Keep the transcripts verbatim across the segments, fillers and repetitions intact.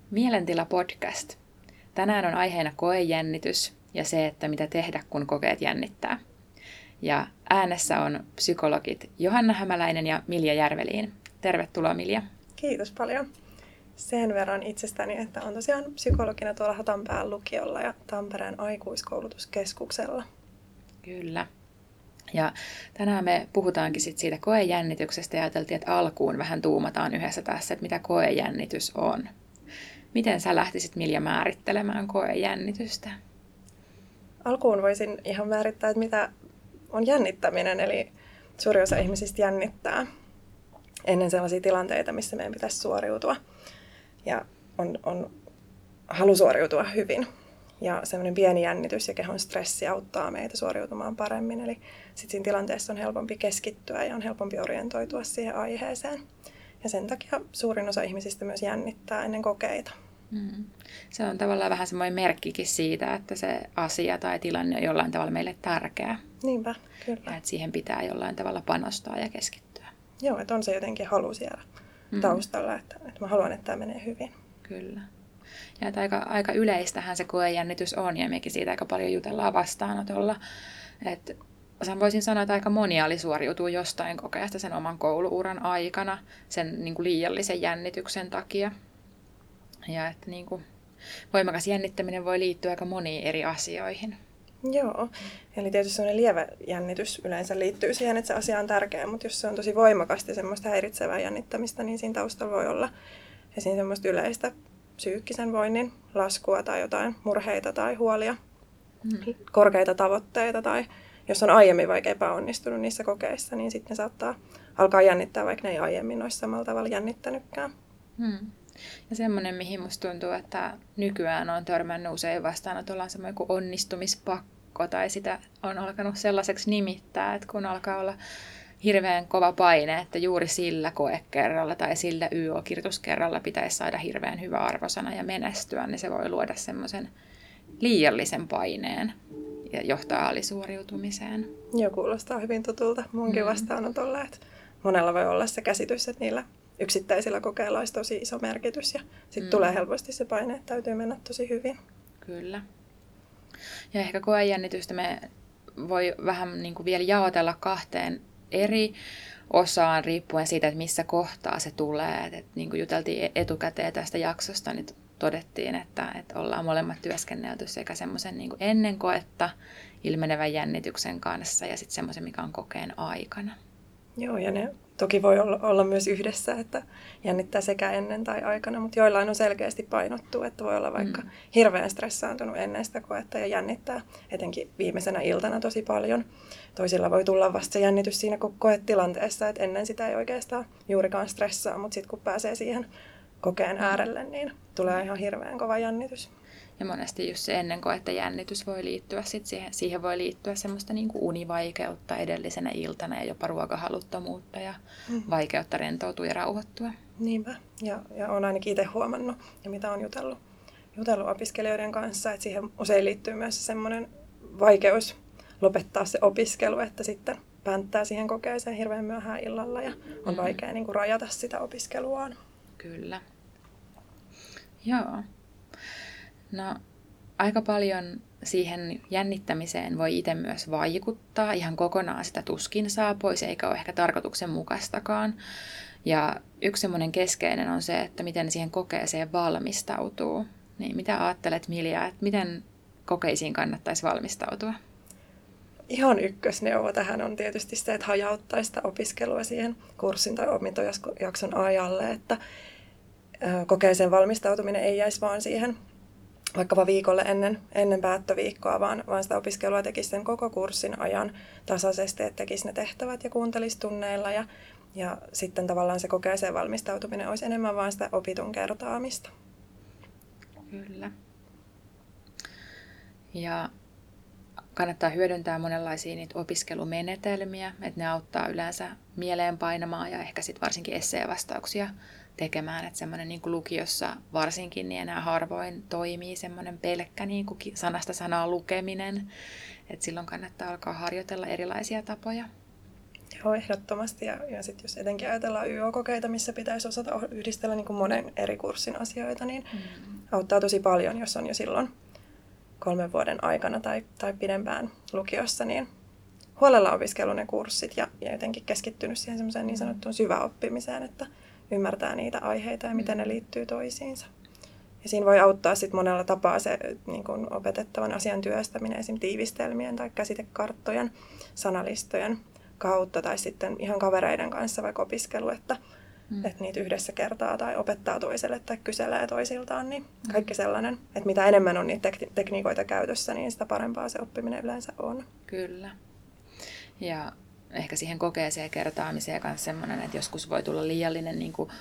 Mielentila podcast. Tänään on aiheena koejännitys ja se, että mitä tehdä, kun kokeet jännittää. Ja äänessä on psykologit Johanna Hämäläinen ja Milja Järveliin. Tervetuloa, Milja. Kiitos paljon. Sen verran itsestäni, että on tosiaan psykologina tuolla Hatanpään lukiolla ja Tampereen aikuiskoulutuskeskuksella. Kyllä. Ja tänään me puhutaankin sit siitä koejännityksestä ja ajateltiin, että alkuun vähän tuumataan yhdessä tässä, että mitä koejännitys on. Miten sä lähtisit, Milja, määrittelemään koejännitystä? Alkuun voisin ihan määrittää, että mitä on jännittäminen, eli suuri osa ihmisistä jännittää ennen sellaisia tilanteita, missä meidän pitäisi suoriutua. Ja on, on halu suoriutua hyvin. Ja semmoinen pieni jännitys ja kehon stressi auttaa meitä suoriutumaan paremmin. Eli sitten siinä tilanteessa on helpompi keskittyä ja on helpompi orientoitua siihen aiheeseen. Ja sen takia suurin osa ihmisistä myös jännittää ennen kokeita. Mm. Se on tavallaan vähän semmoinen merkkikin siitä, että se asia tai tilanne on jollain tavalla meille tärkeä. Niinpä, kyllä. Ja että siihen pitää jollain tavalla panostaa ja keskittyä. Joo, että on se jotenkin halu siellä mm. taustalla, että, että mä haluan, että tämä menee hyvin. Kyllä. Ja että aika, aika yleistähän se koejännitys on, ja mekin siitä aika paljon jutellaan vastaanotolla. Että voisin sanoa, että aika moni alisuoriutuu jostain kokeesta sen oman kouluuran aikana, sen niin kuin liiallisen jännityksen takia. Ja että niin kuin voimakas jännittäminen voi liittyä aika moniin eri asioihin. Joo, eli tietysti sellainen lievä jännitys yleensä liittyy siihen, että se asia on tärkeä, mutta jos se on tosi voimakasta ja semmoista häiritsevää jännittämistä, niin siinä taustalla voi olla esiin semmoista yleistä psyykkisen voinnin laskua tai jotain murheita tai huolia, mm. korkeita tavoitteita tai jos on aiemmin vaikka epäonnistunut niissä kokeissa, niin sitten ne saattaa alkaa jännittää, vaikka ne ei aiemmin olisi samalla tavalla jännittänytkään. Mm. Ja semmoinen, mihin musta tuntuu, että nykyään on törmännyt usein vastaanotolla on semmoinen kuin onnistumispakko tai sitä on alkanut sellaiseksi nimittää, että kun alkaa olla hirveän kova paine, että juuri sillä koekerralla tai sillä Y O-kirjoituskerralla pitäisi saada hirveän hyvä arvosana ja menestyä, niin se voi luoda semmoisen liiallisen paineen ja johtaa alisuoriutumiseen. Joo, kuulostaa hyvin tutulta munkin mm. vastaanotolla, että monella voi olla se käsitys, että niillä yksittäisillä kokeilla olisi tosi iso merkitys ja sitten mm. tulee helposti se paine, että täytyy mennä tosi hyvin. Kyllä. Ja ehkä koejännitystä me voi vähän niin kuin vielä jaotella kahteen eri osaan riippuen siitä, että missä kohtaa se tulee. Et, niin kuin juteltiin etukäteen tästä jaksosta, niin todettiin, että, että ollaan molemmat työskennelty sekä semmoisen niin kuin ennen koetta ilmenevän jännityksen kanssa ja sitten semmoisen, mikä on kokeen aikana. Joo, ja ne toki voi olla, olla myös yhdessä, että jännittää sekä ennen tai aikana, mutta joillain on selkeästi painottu, että voi olla vaikka mm. hirveän stressaantunut ennen sitä koetta ja jännittää etenkin viimeisenä iltana tosi paljon. Toisilla voi tulla vasta se jännitys siinä koetilanteessa, että ennen sitä ei oikeastaan juurikaan stressaa, mutta sitten kun pääsee siihen kokeen äärelle, niin tulee ihan hirveän kova jännitys. Ja monesti just se ennen koetta jännitys voi liittyä, sit siihen, siihen voi liittyä semmoista niin kuin univaikeutta edellisenä iltana ja jopa ruokahaluttomuutta ja mm. vaikeutta rentoutua ja rauhoittua. Niinpä, ja, ja olen ainakin itse huomannut, ja mitä olen jutellut, jutellut opiskelijoiden kanssa, että siihen usein liittyy myös semmoinen vaikeus lopettaa se opiskelu, että sitten pänttää siihen kokeeseen hirveän myöhään illalla ja on mm. vaikea niin kuin rajata sitä opiskeluaan. Kyllä. Joo. No, aika paljon siihen jännittämiseen voi itse myös vaikuttaa. Ihan kokonaan sitä tuskin saa pois, eikä ole ehkä tarkoituksenmukaistakaan. Ja yksi semmoinen keskeinen on se, että miten siihen kokeeseen valmistautuu. Niin mitä ajattelet, Milja, että miten kokeisiin kannattaisi valmistautua? Ihan ykkösneuvo tähän on tietysti se, että hajauttaisi sitä opiskelua siihen kurssin tai opintojakson ajalle, että kokeeseen valmistautuminen ei jäisi vaan siihen vaikkapa viikolle ennen, ennen päättöviikkoa, vaan, vaan sitä opiskelua tekisi sen koko kurssin ajan tasaisesti, että tekisi ne tehtävät ja kuuntelisi tunneilla. Ja, ja sitten tavallaan se kokeeseen valmistautuminen olisi enemmän vaan sitä opitun kertaamista. Kyllä. Ja kannattaa hyödyntää monenlaisia niitä opiskelumenetelmiä, että ne auttaa yleensä mieleen painamaan ja ehkä sitten varsinkin esseevastauksia tekemään, että semmoinen niin kuin lukiossa varsinkin niin enää harvoin toimii semmoinen pelkkä niin kuin sanasta sanaa lukeminen, että silloin kannattaa alkaa harjoitella erilaisia tapoja. Joo, ehdottomasti. Ja, ja sitten jos etenkin ajatellaan Y O-kokeita, missä pitäisi osata yhdistellä niin kuin monen eri kurssin asioita, niin mm. auttaa tosi paljon, jos on jo silloin kolmen vuoden aikana tai, tai pidempään lukiossa, niin huolella opiskellut ne kurssit ja, ja jotenkin keskittynyt siihen semmoiseen niin sanottuun syväoppimiseen, että ymmärtää niitä aiheita ja miten ne liittyy toisiinsa. Ja siinä voi auttaa sit monella tapaa se niin kun opetettavan asian työstäminen, esimerkiksi tiivistelmien tai käsitekarttojen, sanalistojen kautta tai sitten ihan kavereiden kanssa vaikka opiskelu, että, mm. että niitä yhdessä kertaa tai opettaa toiselle tai kyselee toisiltaan, niin kaikki sellainen, että mitä enemmän on niitä tek- tekniikoita käytössä, niin sitä parempaa se oppiminen yleensä on. Kyllä. Ja ehkä siihen kokeeseen kertaamiseen kanssa semmoinen, että joskus voi tulla liiallinen niin kuin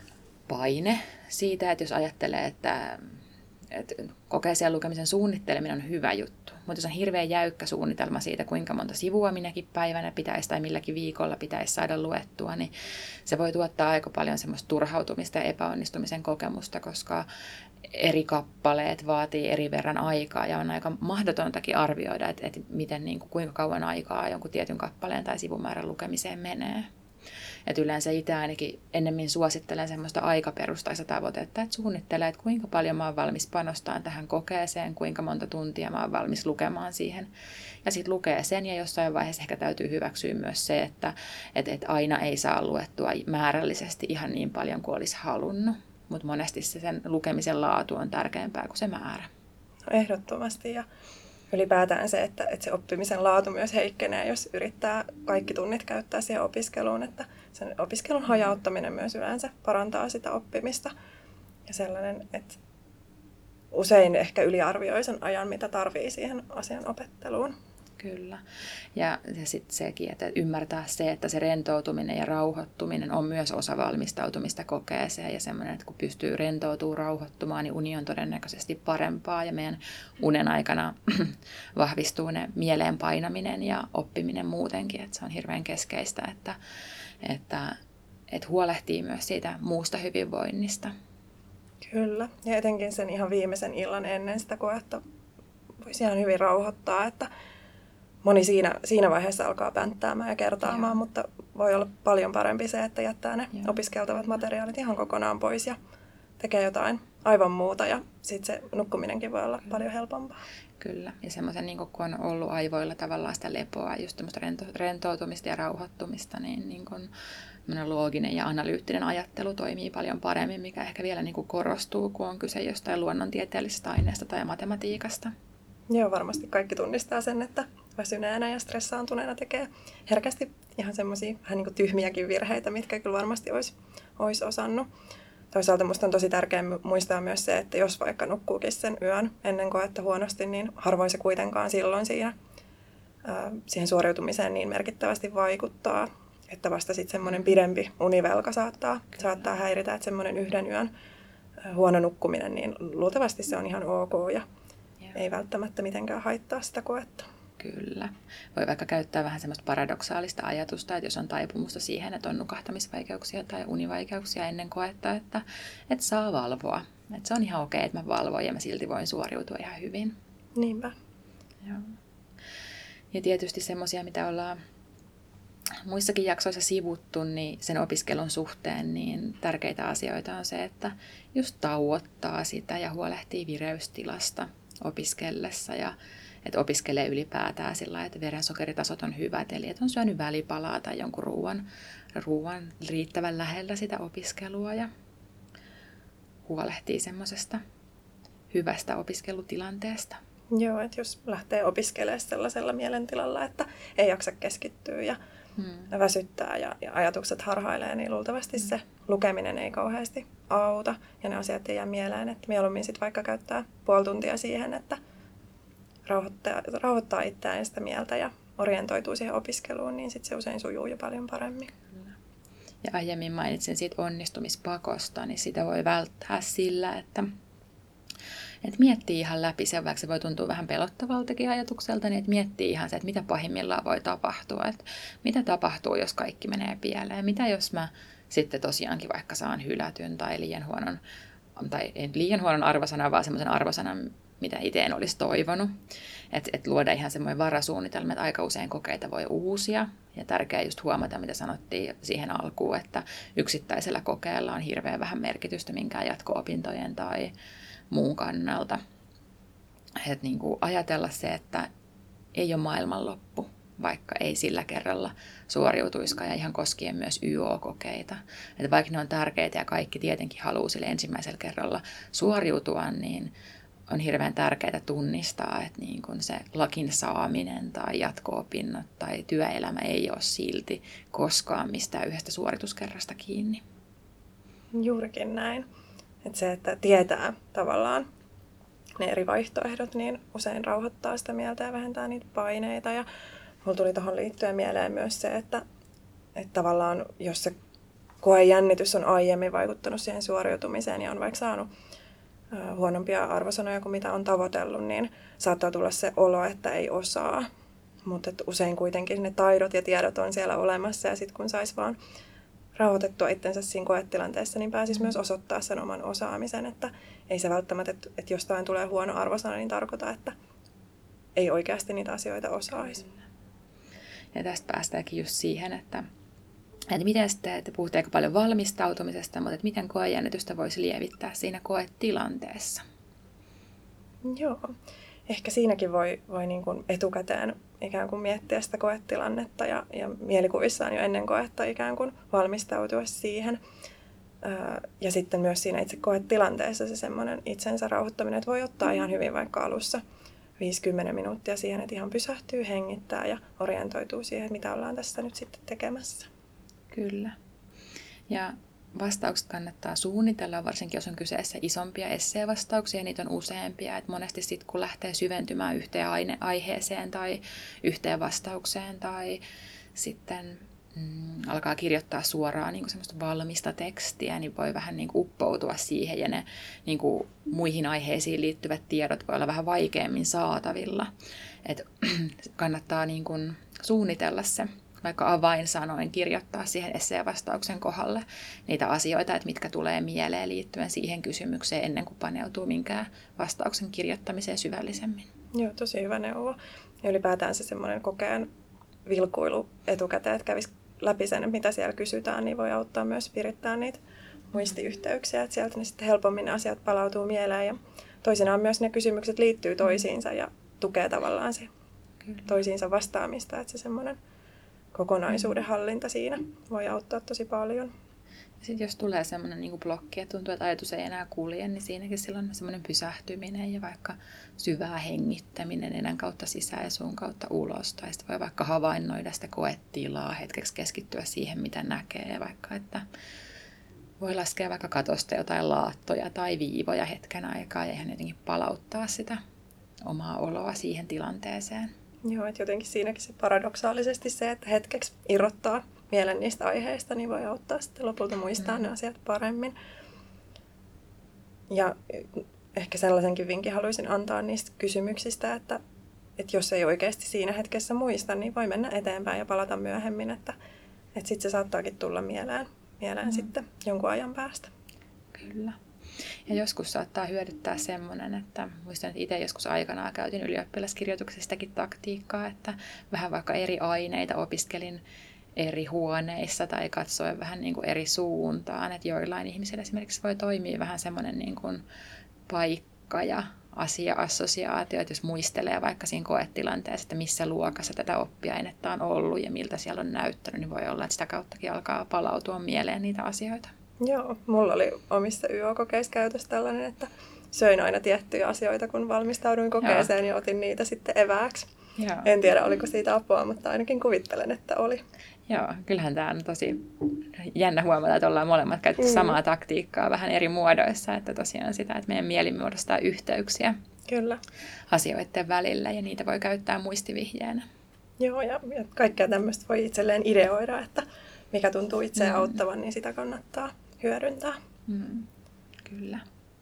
paine siitä, että jos ajattelee, että, että kokeeseen lukemisen suunnitteleminen on hyvä juttu, mutta jos on hirveän jäykkä suunnitelma siitä, kuinka monta sivua minäkin päivänä pitäisi tai milläkin viikolla pitäisi saada luettua, niin se voi tuottaa aika paljon semmoista turhautumista ja epäonnistumisen kokemusta, koska eri kappaleet vaatii eri verran aikaa ja on aika mahdotontakin arvioida, että, että miten, niin kuin, kuinka kauan aikaa jonkun tietyn kappaleen tai sivumäärän lukemiseen menee. Et yleensä itse ainakin ennemmin suosittelen semmoista aikaperustaista tavoitetta, että suunnittelee, että kuinka paljon mä oon valmis panostamaan tähän kokeeseen, kuinka monta tuntia mä oon valmis lukemaan siihen. Ja sitten lukee sen ja jossain vaiheessa ehkä täytyy hyväksyä myös se, että, että, että aina ei saa luettua määrällisesti ihan niin paljon kuin olisi halunnut. Mutta monesti se sen lukemisen laatu on tärkeämpää kuin se määrä. No ehdottomasti ja ylipäätään se, että, että se oppimisen laatu myös heikkenee, jos yrittää kaikki tunnit käyttää siihen opiskeluun. Että sen opiskelun hajauttaminen myös yleensä parantaa sitä oppimista. Ja sellainen, että usein ehkä yliarvioi sen ajan, mitä tarvii siihen asian opetteluun. Kyllä. Ja, ja sitten sekin, että ymmärtää se, että se rentoutuminen ja rauhoittuminen on myös osa valmistautumista kokeeseen. Ja semmoinen, että kun pystyy rentoutumaan, rauhoittumaan, niin uni on todennäköisesti parempaa. Ja meidän unen aikana vahvistuu ne mieleen painaminen ja oppiminen muutenkin. Että se on hirveän keskeistä, että, että, että huolehtii myös siitä muusta hyvinvoinnista. Kyllä. Ja etenkin sen ihan viimeisen illan ennen sitä koetta voisi ihan hyvin rauhoittaa, että moni siinä, siinä vaiheessa alkaa pänttäämään ja kertaamaan, Joo. mutta voi olla paljon parempi se, että jättää ne Joo. opiskeltavat materiaalit ihan kokonaan pois ja tekee jotain aivan muuta ja sitten se nukkuminenkin voi olla Kyllä. paljon helpompaa. Kyllä, ja semmoisen, niin kun on ollut aivoilla tavallaan sitä lepoa, just tämmöistä rento, rentoutumista ja rauhoittumista, niin, niin kun looginen ja analyyttinen ajattelu toimii paljon paremmin, mikä ehkä vielä niin kun korostuu, kun on kyse jostain luonnontieteellisestä aineesta tai matematiikasta. Joo, varmasti kaikki tunnistaa sen, että väsyneenä ja stressaantuneena tekee herkästi ihan semmoisia vähän niin kuin tyhmiäkin virheitä, mitkä kyllä varmasti olisi, olisi osannut. Toisaalta minusta on tosi tärkeää muistaa myös se, että jos vaikka nukkuukin sen yön ennen koetta huonosti, niin harvoin se kuitenkaan silloin siinä, ää, siihen suoriutumiseen niin merkittävästi vaikuttaa, että vasta sitten semmoinen pidempi univelka saattaa, saattaa häiritä, että semmoinen yhden yön ää, huono nukkuminen, niin luultavasti se on ihan ok ja ei välttämättä mitenkään haittaa sitä koetta. Kyllä. Voi vaikka käyttää vähän semmoista paradoksaalista ajatusta, että jos on taipumusta siihen, että on nukahtamisvaikeuksia tai univaikeuksia ennen koetta, että, että saa valvoa. Että se on ihan okei, että mä valvoin ja mä silti voin suoriutua ihan hyvin. Niinpä. Joo. Ja tietysti semmoisia, mitä ollaan muissakin jaksoissa sivuttu, niin sen opiskelun suhteen niin tärkeitä asioita on se, että just tauottaa sitä ja huolehtii vireystilasta opiskellessa ja että opiskelee ylipäätään sillä lailla, että verensokeritasot on hyvät, eli että on syönyt välipalaa tai jonkun ruoan, ruoan riittävän lähellä sitä opiskelua ja huolehtii semmoisesta hyvästä opiskelutilanteesta. Joo, että jos lähtee opiskelemaan sellaisella mielentilalla, että ei jaksa keskittyä ja hmm. väsyttää ja, ja ajatukset harhailee, niin luultavasti hmm. se lukeminen ei kauheasti auta ja ne asiat ei jää mieleen, että mieluummin sitten vaikka käyttää puoli tuntia siihen, että rauhoittaa, rauhoittaa itseään ja sitä mieltä ja orientoituu siihen opiskeluun, niin sitten se usein sujuu jo paljon paremmin. Ja aiemmin mainitsin siitä onnistumispakosta, niin sitä voi välttää sillä, että, että miettii ihan läpi sen, vaikka se voi tuntua vähän pelottavaltakin ajatukselta, niin että miettii ihan se, että mitä pahimmillaan voi tapahtua, että mitä tapahtuu, jos kaikki menee pieleen, mitä jos mä sitten tosiaankin vaikka saan hylätyn tai liian huonon, tai ei liian huonon arvosanan, vaan semmoisen arvosanan, mitä itse en olisi toivonut. Että et luoda ihan semmoinen varasuunnitelma, että aika usein kokeita voi uusia. Ja tärkeää just huomata, mitä sanottiin siihen alkuun, että yksittäisellä kokeella on hirveän vähän merkitystä minkään jatko-opintojen tai muun kannalta. Että niin kuin ajatella se, että ei ole maailmanloppu, vaikka ei sillä kerralla suoriutuiskaan, ja ihan koskien myös Y O-kokeita. Että vaikka ne on tärkeitä ja kaikki tietenkin haluaa sille ensimmäisellä kerralla suoriutua, niin on hirveän tärkeää tunnistaa, että niin kun se lakin saaminen tai jatko-opinnot tai työelämä ei ole silti koskaan mistään yhdestä suorituskerrasta kiinni. Juurikin näin. Että se, että tietää tavallaan ne eri vaihtoehdot, niin usein rauhoittaa sitä mieltä ja vähentää niitä paineita. Ja mulla tuli tuohon liittyen mieleen myös se, että, että tavallaan jos se koejännitys on aiemmin vaikuttanut siihen suoriutumiseen ja on vaikka saanut huonompia arvosanoja kuin mitä on tavoitellut, niin saattaa tulla se olo, että ei osaa. Mutta usein kuitenkin ne taidot ja tiedot on siellä olemassa, ja sitten kun saisi vaan rauhoitettua itsensä siinä koetilanteessa, niin pääsisi myös osoittaa sen oman osaamisen, että ei se välttämättä, että, että jostain tulee huono arvosana, niin tarkoita, että ei oikeasti niitä asioita osaisi. Ja tästä päästäänkin just siihen, että Että miten sitten, että puhutte aika paljon valmistautumisesta, mutta että miten koejännitystä voisi lievittää siinä koetilanteessa? Joo, ehkä siinäkin voi, voi niin kuin etukäteen ikään kuin miettiä sitä koetilannetta ja, ja mielikuvissaan jo ennen koetta ikään kuin valmistautua siihen. Ja sitten myös siinä itse koetilanteessa se semmoinen itsensä rauhoittaminen, että voi ottaa ihan hyvin vaikka alussa viisikymmentä minuuttia siihen, että ihan pysähtyy, hengittää ja orientoituu siihen, mitä ollaan tässä nyt sitten tekemässä. Kyllä. Ja vastaukset kannattaa suunnitella, varsinkin jos on kyseessä isompia esseevastauksia, niitä on useampia. Et monesti sitten kun lähtee syventymään yhteen aine- aiheeseen tai yhteen vastaukseen tai sitten mm, alkaa kirjoittaa suoraan niin kuin semmoista valmista tekstiä, niin voi vähän niin kuin uppoutua siihen ja ne niin kuin muihin aiheisiin liittyvät tiedot voi olla vähän vaikeammin saatavilla. Et kannattaa niin kuin suunnitella se, vaikka avainsanoin kirjoittaa siihen esseevastauksen kohdalle niitä asioita, että mitkä tulee mieleen liittyen siihen kysymykseen ennen kuin paneutuu minkään vastauksen kirjoittamiseen syvällisemmin. Joo, tosi hyvä neuvo. Ja ylipäätään se semmoinen kokeen vilkuilu etukäteen, että kävisi läpi sen, mitä siellä kysytään, niin voi auttaa myös virittää niitä muistiyhteyksiä, että sieltä ne sitten helpommin ne asiat palautuu mieleen. Ja toisinaan myös ne kysymykset liittyy toisiinsa ja tukee tavallaan se Kyllä. toisiinsa vastaamista, että se semmoinen kokonaisuuden hallinta siinä voi auttaa tosi paljon. Sitten jos tulee semmoinen niin kuin blokki ja tuntuu, että ajatus ei enää kulje, niin siinäkin silloin semmoinen pysähtyminen ja vaikka syvää hengittäminen enää kautta sisään ja suun kautta ulos. Tai sitten voi vaikka havainnoida sitä koetilaa, hetkeksi keskittyä siihen, mitä näkee. Vaikka että voi laskea vaikka katosta jotain laattoja tai viivoja hetken aikaa ja ihan jotenkin palauttaa sitä omaa oloa siihen tilanteeseen. Joo, että jotenkin siinäkin se paradoksaalisesti se, että hetkeksi irrottaa mielen niistä aiheista, niin voi auttaa sitten lopulta muistaa mm. ne asiat paremmin. Ja ehkä sellaisenkin vinkin haluaisin antaa niistä kysymyksistä, että, että jos ei oikeasti siinä hetkessä muista, niin voi mennä eteenpäin ja palata myöhemmin, että, että sitten se saattaakin tulla mieleen, mieleen mm. sitten jonkun ajan päästä. Kyllä. Ja joskus saattaa hyödyttää semmoinen, että muistan, että itse joskus aikanaan käytin ylioppilaskirjoituksestakin taktiikkaa, että vähän vaikka eri aineita opiskelin eri huoneissa tai katsoin vähän niin kuin eri suuntaan, että joillain ihmisillä esimerkiksi voi toimia vähän semmoinen niin kuin paikka ja asia-assosiaatio, että jos muistelee vaikka siinä koetilanteessa, että missä luokassa tätä oppiainetta on ollut ja miltä siellä on näyttänyt, niin voi olla, että sitä kauttakin alkaa palautua mieleen niitä asioita. Joo, mulla oli omissa Y O-kokeissa käytössä tällainen, että söin aina tiettyjä asioita, kun valmistauduin kokeeseen Joo. ja otin niitä sitten evääksi. Joo. En tiedä, oliko siitä apua, mutta ainakin kuvittelen, että oli. Joo, kyllähän tämä on tosi jännä huomata, että ollaan molemmat käytetty mm. samaa taktiikkaa vähän eri muodoissa, että tosiaan sitä, että meidän mieli muodostaa yhteyksiä Kyllä. asioiden välillä ja niitä voi käyttää muistivihjeenä. Joo, ja, ja kaikkea tämmöistä voi itselleen ideoida, että mikä tuntuu itseään mm. auttavan, niin sitä kannattaa hyödyntää. Mm. Kyllä.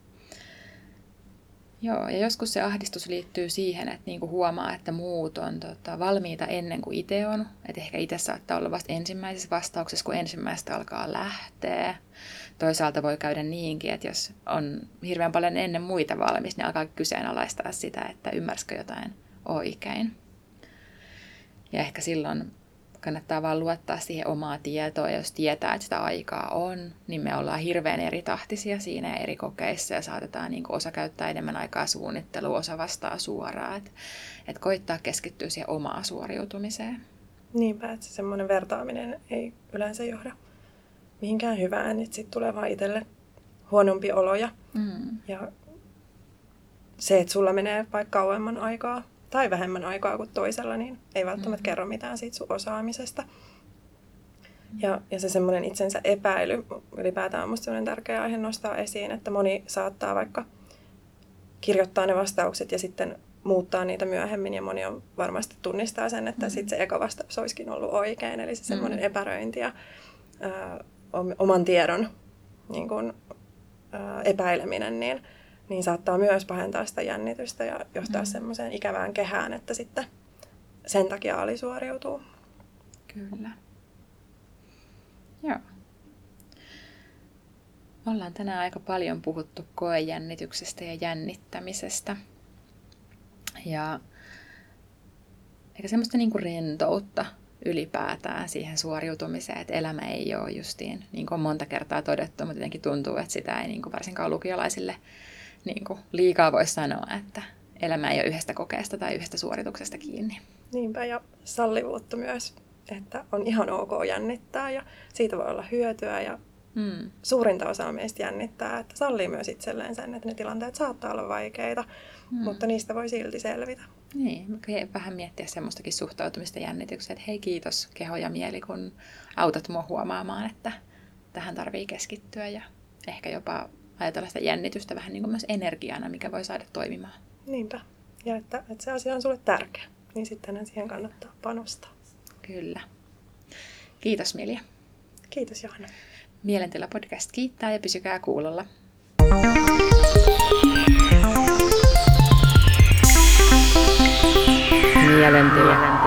Joo, ja joskus se ahdistus liittyy siihen, että niinku huomaa, että muut on tota, valmiita ennen kuin itse on. Että ehkä itse saattaa olla vasta ensimmäisessä vastauksessa, kun ensimmäistä alkaa lähteä. toisaalta voi käydä niinkin, että jos on hirveän paljon ennen muita valmis, niin alkaa kyseenalaistaa sitä, että ymmärsikö jotain oikein. Ja ehkä silloin kannattaa vaan luottaa siihen omaa tietoa, ja jos tietää, että sitä aikaa on, niin me ollaan hirveän eri tahtisia siinä ja eri kokeissa, ja saatetaan niin kuin osa käyttää enemmän aikaa suunnitteluun, osa vastaa suoraan. Että et koittaa keskittyä siihen omaan suoriutumiseen. Niinpä, että se semmoinen vertaaminen ei yleensä johda mihinkään hyvään, niin sitten tulee vaan itselle huonompi oloja. Mm. Ja se, että sulla menee vaikka kauemman aikaa tai vähemmän aikaa kuin toisella, niin ei välttämättä mm. kerro mitään siitä sun osaamisesta. Mm. Ja, ja se semmoinen itsensä epäily ylipäätään on musta semmoinen tärkeä aihe nostaa esiin, että moni saattaa vaikka kirjoittaa ne vastaukset ja sitten muuttaa niitä myöhemmin, ja moni on varmasti tunnistaa sen, että mm. sitten se eka vastaus olisikin ollut oikein, eli se semmoinen mm. epäröinti ja ää, oman tiedon niin kun, ää, epäileminen, niin, niin saattaa myös pahentaa sitä jännitystä ja johtaa mm. semmoiseen ikävään kehään, että sitten sen takia alisuoriutuu. Kyllä. Joo. Ollaan tänään aika paljon puhuttu koejännityksestä ja jännittämisestä. Ja eikä semmoista niinku rentoutta ylipäätään siihen suoriutumiseen, että elämä ei ole justiin, niin kuin on monta kertaa todettu, mutta jotenkin tuntuu, että sitä ei niin kuin varsinkaan lukiolaisille niin kuin liikaa voi sanoa, että elämä ei ole yhdestä kokeesta tai yhdestä suorituksesta kiinni. Niinpä, ja sallivuutta myös, että on ihan ok jännittää ja siitä voi olla hyötyä, ja hmm. suurinta osaa meistä jännittää, että sallii myös itselleen sen, että ne tilanteet saattaa olla vaikeita, hmm. mutta niistä voi silti selvitä. Niin, vähän miettiä semmoistakin suhtautumista jännitykseen, että hei, kiitos keho ja mieli, kun autat mua huomaamaan, että tähän tarvii keskittyä, ja ehkä jopa ajatella sitä jännitystä vähän niin kuin myös energiana, mikä voi saada toimimaan. Niinpä, ja että, että se asia on sulle tärkeä, niin sitten siihen kannattaa panostaa. Kyllä. Kiitos Milja. Kiitos Johanna. Mielentila podcast kiittää ja pysykää kuulolla. Mielentila.